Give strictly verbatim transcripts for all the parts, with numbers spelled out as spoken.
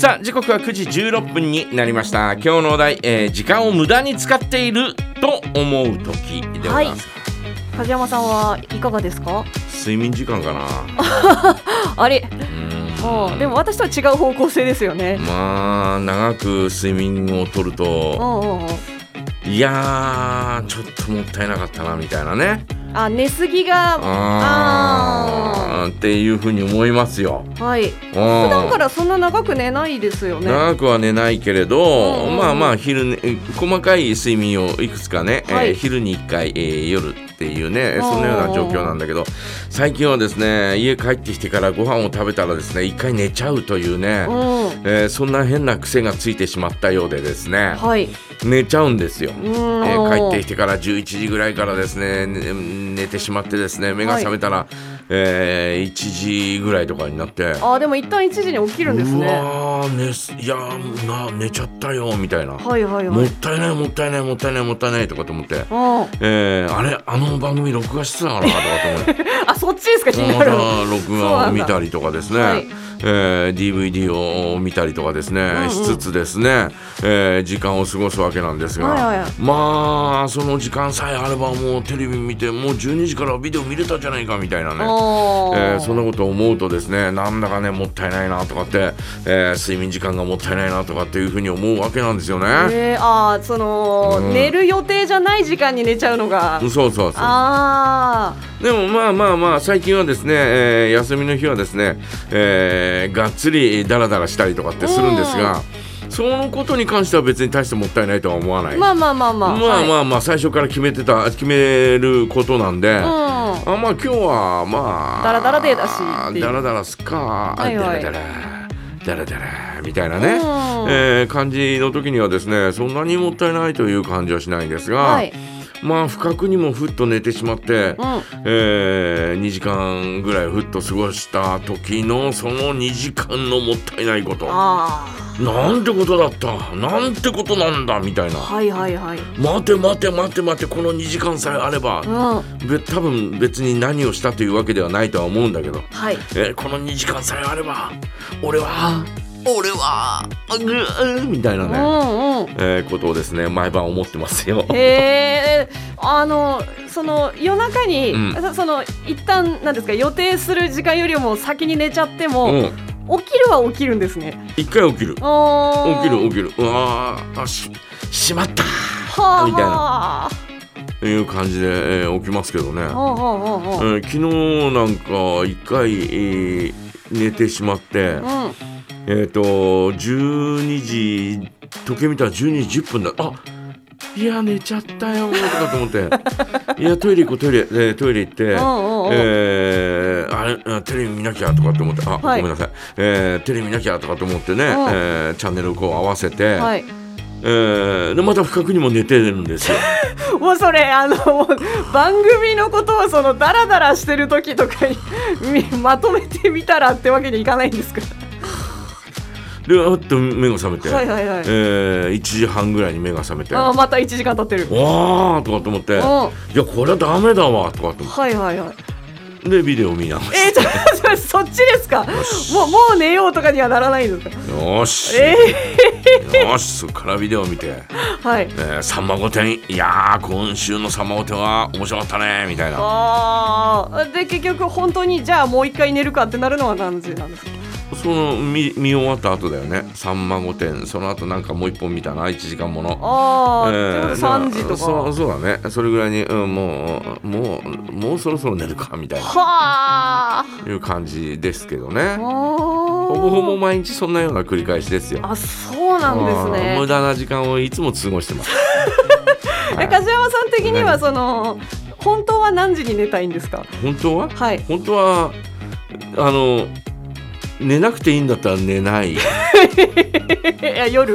さあ時刻はくじじゅうろっぷんになりました。今日のお題、えー、時間を無駄に使っていると思う時でございます、 はい、梶山さんはいかがですか？ 睡眠時間かなあれうんでも私とは違う方向性ですよね。 まあ長く睡眠をとるとうんうんうんいやーちょっともったいなかったなみたいなね。 あ、寝すぎがあーっていうふうに思いますよ。 はい普段からそんな長く寝ないですよね。 長くは寝ないけれど、うんうん、まあまあ昼、ね、細かい睡眠をいくつかね、はいえー、昼にいっかい、えー、夜っていうねそんなような状況なんだけど、最近はですね家帰ってきてからご飯を食べたらですね一回寝ちゃうというね、うんえー、そんな変な癖がついてしまったようでですね、はい、寝ちゃうんですよ、えー、帰ってきてからじゅういちじぐらいからですね、ね寝てしまってですね目が覚めたら、はいえー、いちじぐらいとかになって、 あでも一旦いちじに起きるんですね。 うわー、ね、いやな寝ちゃったよみたいな、 はいはいはい、 もったいないもったいないもったいないもったいないとかと思って、あ,、えー、あれあの番組録画してたかなとかと思ってあそっちですか。気になる。 また録画を見たりとかですね、はいえー、ディーブイディー を見たりとかですね、うんうん、しつつですね、えー、時間を過ごすわけなんですが、はいはいはい、まあその時間さえあればもうテレビ見てもうじゅうにじからビデオ見れたじゃないかみたいなね、えー、そんなことを思うとですねなんだかねもったいないなとかって、えー、睡眠時間がもったいないなとかっていうふうに思うわけなんですよね、 えー、あその、うん、寝る予定じゃない時間に寝ちゃうのがそうそうそうあでもまあまあまあ最近はですね、えー、休みの日はですね、えー、がっつりダラダラしたりとかってするんですが、そのことに関しては別に大してもったいないとは思わない。 まあまあまあまあまあまあまあ最初から決めてた決めることなんで、うん、あまあ今日はまあダラダラデーだしダラダラすっか、はいはい、ダラダラダラダラみたいなね、うんえー、感じの時にはですねそんなにもったいないという感じはしないんですが、はいまあ不覚にもふっと寝てしまって、うんえー、にじかんぐらいふっと過ごした時のそのにじかんのもったいないこと、あなんてことだったなんてことなんだみたいな、 はいはいはい、 待て待て待て待てこのにじかんさえあれば、うん、べ多分別に何をしたというわけではないとは思うんだけど、はいえー、このにじかんさえあれば俺は俺はうみたいなね、うんうんえー、ことをですね毎晩思ってますよ。 へーあのその夜中に、うん、その一旦なんですか予定する時間よりも先に寝ちゃっても、うん、起きるは起きるんですね。 一回起きる起きる起きるうわあ し, しまったはみたいないう感じで、えー、起きますけどね、はあはあはあえー、昨日なんか一回、えー、寝てしまって、うんえーとじゅうにじ時計見たらじゅうにじじゅっぷんだあいや寝ちゃったよとかと思っていやトイレ行こうトイレ、えー、トイレ行っておうおう、えー、あれテレビ見なきゃとかと思ってあ、はい、ごめんなさい、えー、テレビ見なきゃとかと思ってね、えー、チャンネルをこう合わせて、はいえー、でまた不覚にも寝てるんですよもうそれあの番組のことをそのダラダラしてる時とかにまとめてみたらってわけにいかないんですかであっと目が覚めて、 はいはいはいえー、いちじはんぐらいに目が覚めてあまたいちじかん経ってるわーとかと思っていやこれはダメだわとかと思ってはいはいはいでビデオ見直してえー、ちょっとそっちですかもう、もう寝ようとかにはならないんですかよし、 えー、よしそっからビデオ見てはい、えー、さんま御殿いやー今週のさんま御殿は面白かったねみたいなあで結局本当にじゃあもう一回寝るかってなるのは何時なんですかその 見, 見終わった後だよねさんま御殿その後なんかもう一本見たないちじかんものああ、えー、さんじとかそうそうだねそれぐらいに、うん、もうもうもうそろそろ寝るかみたいなはいう感じですけどねほぼほぼ毎日そんなような繰り返しですよ。 あそうなんですね無駄な時間をいつも過ごしてますはい、梶山さん的にはその本当は何時に寝たいんですか本当は、 はい、 本当はあの寝なくていいんだったら寝ないいや夜、うん、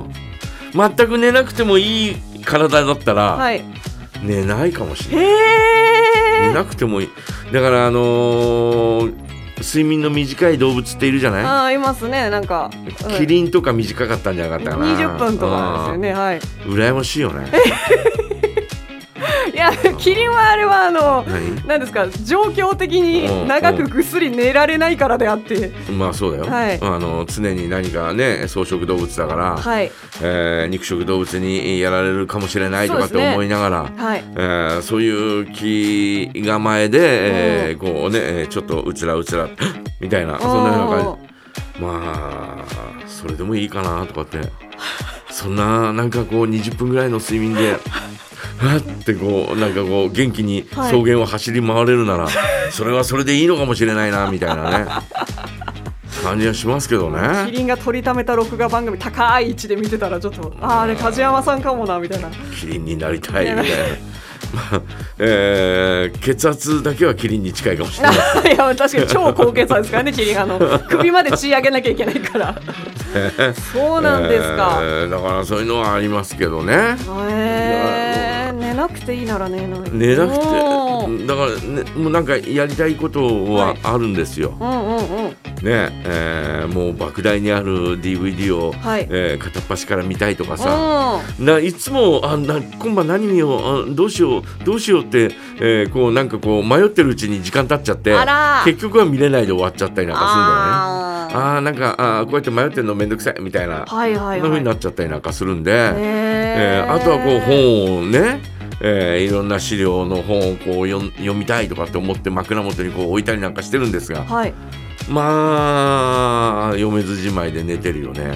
全く寝なくてもいい体だったら、はい、寝ないかもしれない。寝なくてもいいだからあのー、睡眠の短い動物っているじゃないあいますねなんか、 うん、キリンとか短かったんじゃなかったかなにじゅっぷんとかですよねはい羨ましいよねいややキリンはあれはあの何ですか、状況的に長くぐっすり寝られないからであって、 まあそうだよ、はい、あの常に何かね草食動物だから、はい、えー、肉食動物にやられるかもしれないとかって思いながら、そう、ね、はい、えー、そういう気構えで、えー、こうねちょっとうつらうつらみたいな、そんなような感じ、まあそれでもいいかなとかってそんななんかこうにじゅっぷんぐらいの睡眠ではってこうなんかこう元気に草原を走り回れるなら、はい、それはそれでいいのかもしれないなみたいなね感じはしますけどね。 キリンが取りためた録画番組高い位置で見てたらちょっとああれ梶山さんかもなみたいな、 キリンになりたいみたいなえー、血圧だけはキリンに近いかもしれないいや確かに超高血圧ですからねキリン、あの首まで血上げなきゃいけないからそうなんですか、 えー、だからそういうのはありますけどね、 えー、寝なくていいなら寝ない、 寝なくてだから、ね、もうなんかやりたいことはあるんですよ、はい、うんうんうんねえー、もう莫大にある ディーブイディー を、はい、えー、片っ端から見たいとかさ、ないつもあな今晩何見よう、あどうしようどうしようって、えー、こうなんかこう迷ってるうちに時間経っちゃって結局は見れないで終わっちゃったりなんかするんだよね。ああなんかあこうやって迷ってるのめんどくさいみたいな、はいはいはい、そんな風になっちゃったりなんかするんで、えー、あとはこう本をね、えー、いろんな資料の本をこう 読, 読みたいとかって思って枕元にこう置いたりなんかしてるんですが、はい、まあ読めずじまいで寝てるよね。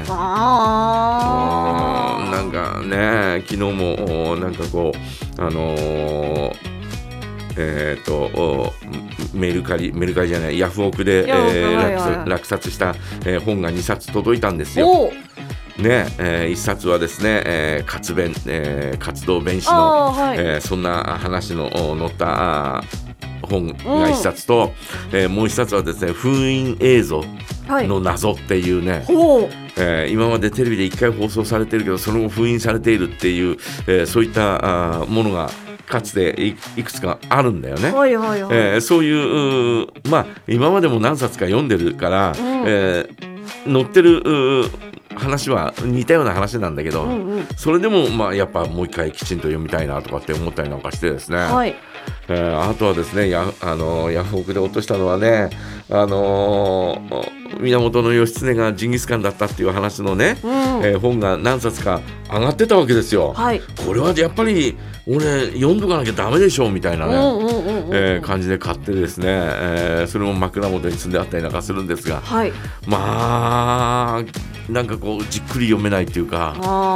ああなんかね昨日もなんかこうあのー、えー、とメルカリメルカリじゃないヤフオクで、えー、落, 落札した、えー、本がにさつ届いたんですよ。ねえー、いっさつはですね、えー、活弁、えー、活動弁士の、はい、えー、そんな話の載った本がいっさつと、うん、えー、もういっさつはですね封印映像の謎っていうね、はい、えー、今までテレビでいっかい放送されてるけどその後封印されているっていう、えー、そういったあものがかつて い, いくつかあるんだよね、はいはいはい、えー、そういう、まあ今までも何冊か読んでるから、うん、えー、載ってる話は似たような話なんだけど、うんうん、それでもまあやっぱもう一回きちんと読みたいなとかって思ったりなんかしてですね、はい、えー、あとはですねやあのヤフオクで落としたのはね、あのー、源義経がジンギスカンだったっていう話のね、うん、えー、本が何冊か上がってたわけですよ、はい、これはやっぱり俺読んどかなきゃダメでしょみたいなね感じで買ってですね、えー、それも枕元に積んであったりなんかするんですが、はい、まあなんかこうじっくり読めないっていうか、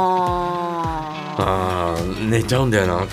ああ寝ちゃうんだよなね、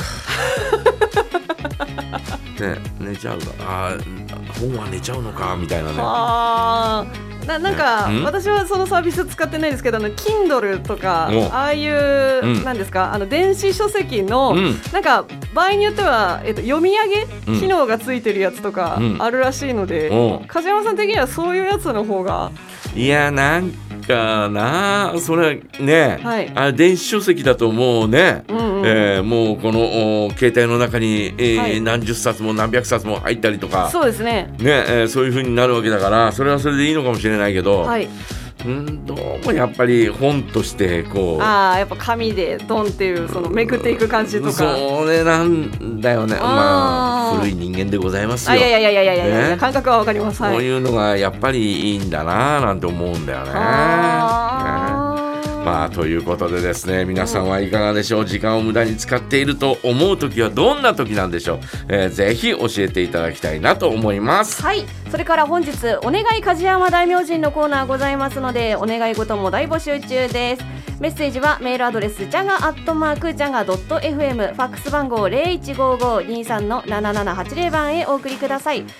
寝ちゃうあ本は寝ちゃうのかみたいなね。あな, なんか、ね、私はそのサービス使ってないですけど、あの Kindle とかああいう、うん、なんですか、あの電子書籍の、うん、なんか場合によっては、えっと、読み上げ機能がついてるやつとかあるらしいので、うん、梶山さん的にはそういうやつの方がいやなんかなそれはね、はい、あ電子書籍だともうね、うんうん、えー、もうこの携帯の中に、えーはい、何十冊も何百冊も入ったりとかそうですね、 ね、えー、そういう風になるわけだからそれはそれでいいのかもしれないけど、はい、んどうもやっぱり本としてこうあやっぱ紙でドンっていうそのめくっていく感じとかそれなんだよね。まあ古い人間でございますよ。あいやいやいやいやいやいや、ね、感覚はわかります、はい、 こういうのがやっぱりいいんだななんて思うんだよね。まあということでですね、皆さんはいかがでしょう。時間を無駄に使っていると思う時はどんな時なんでしょう、えー、ぜひ教えていただきたいなと思います。 はい、それから本日お願い梶山大明神のコーナーございますのでお願い事も大募集中です。メッセージはメールアドレスジャガアットマークジャガドットエフエム、ファックス番号 ゼロいちごーごーにーさんのななななはちゼロ 番へお送りください。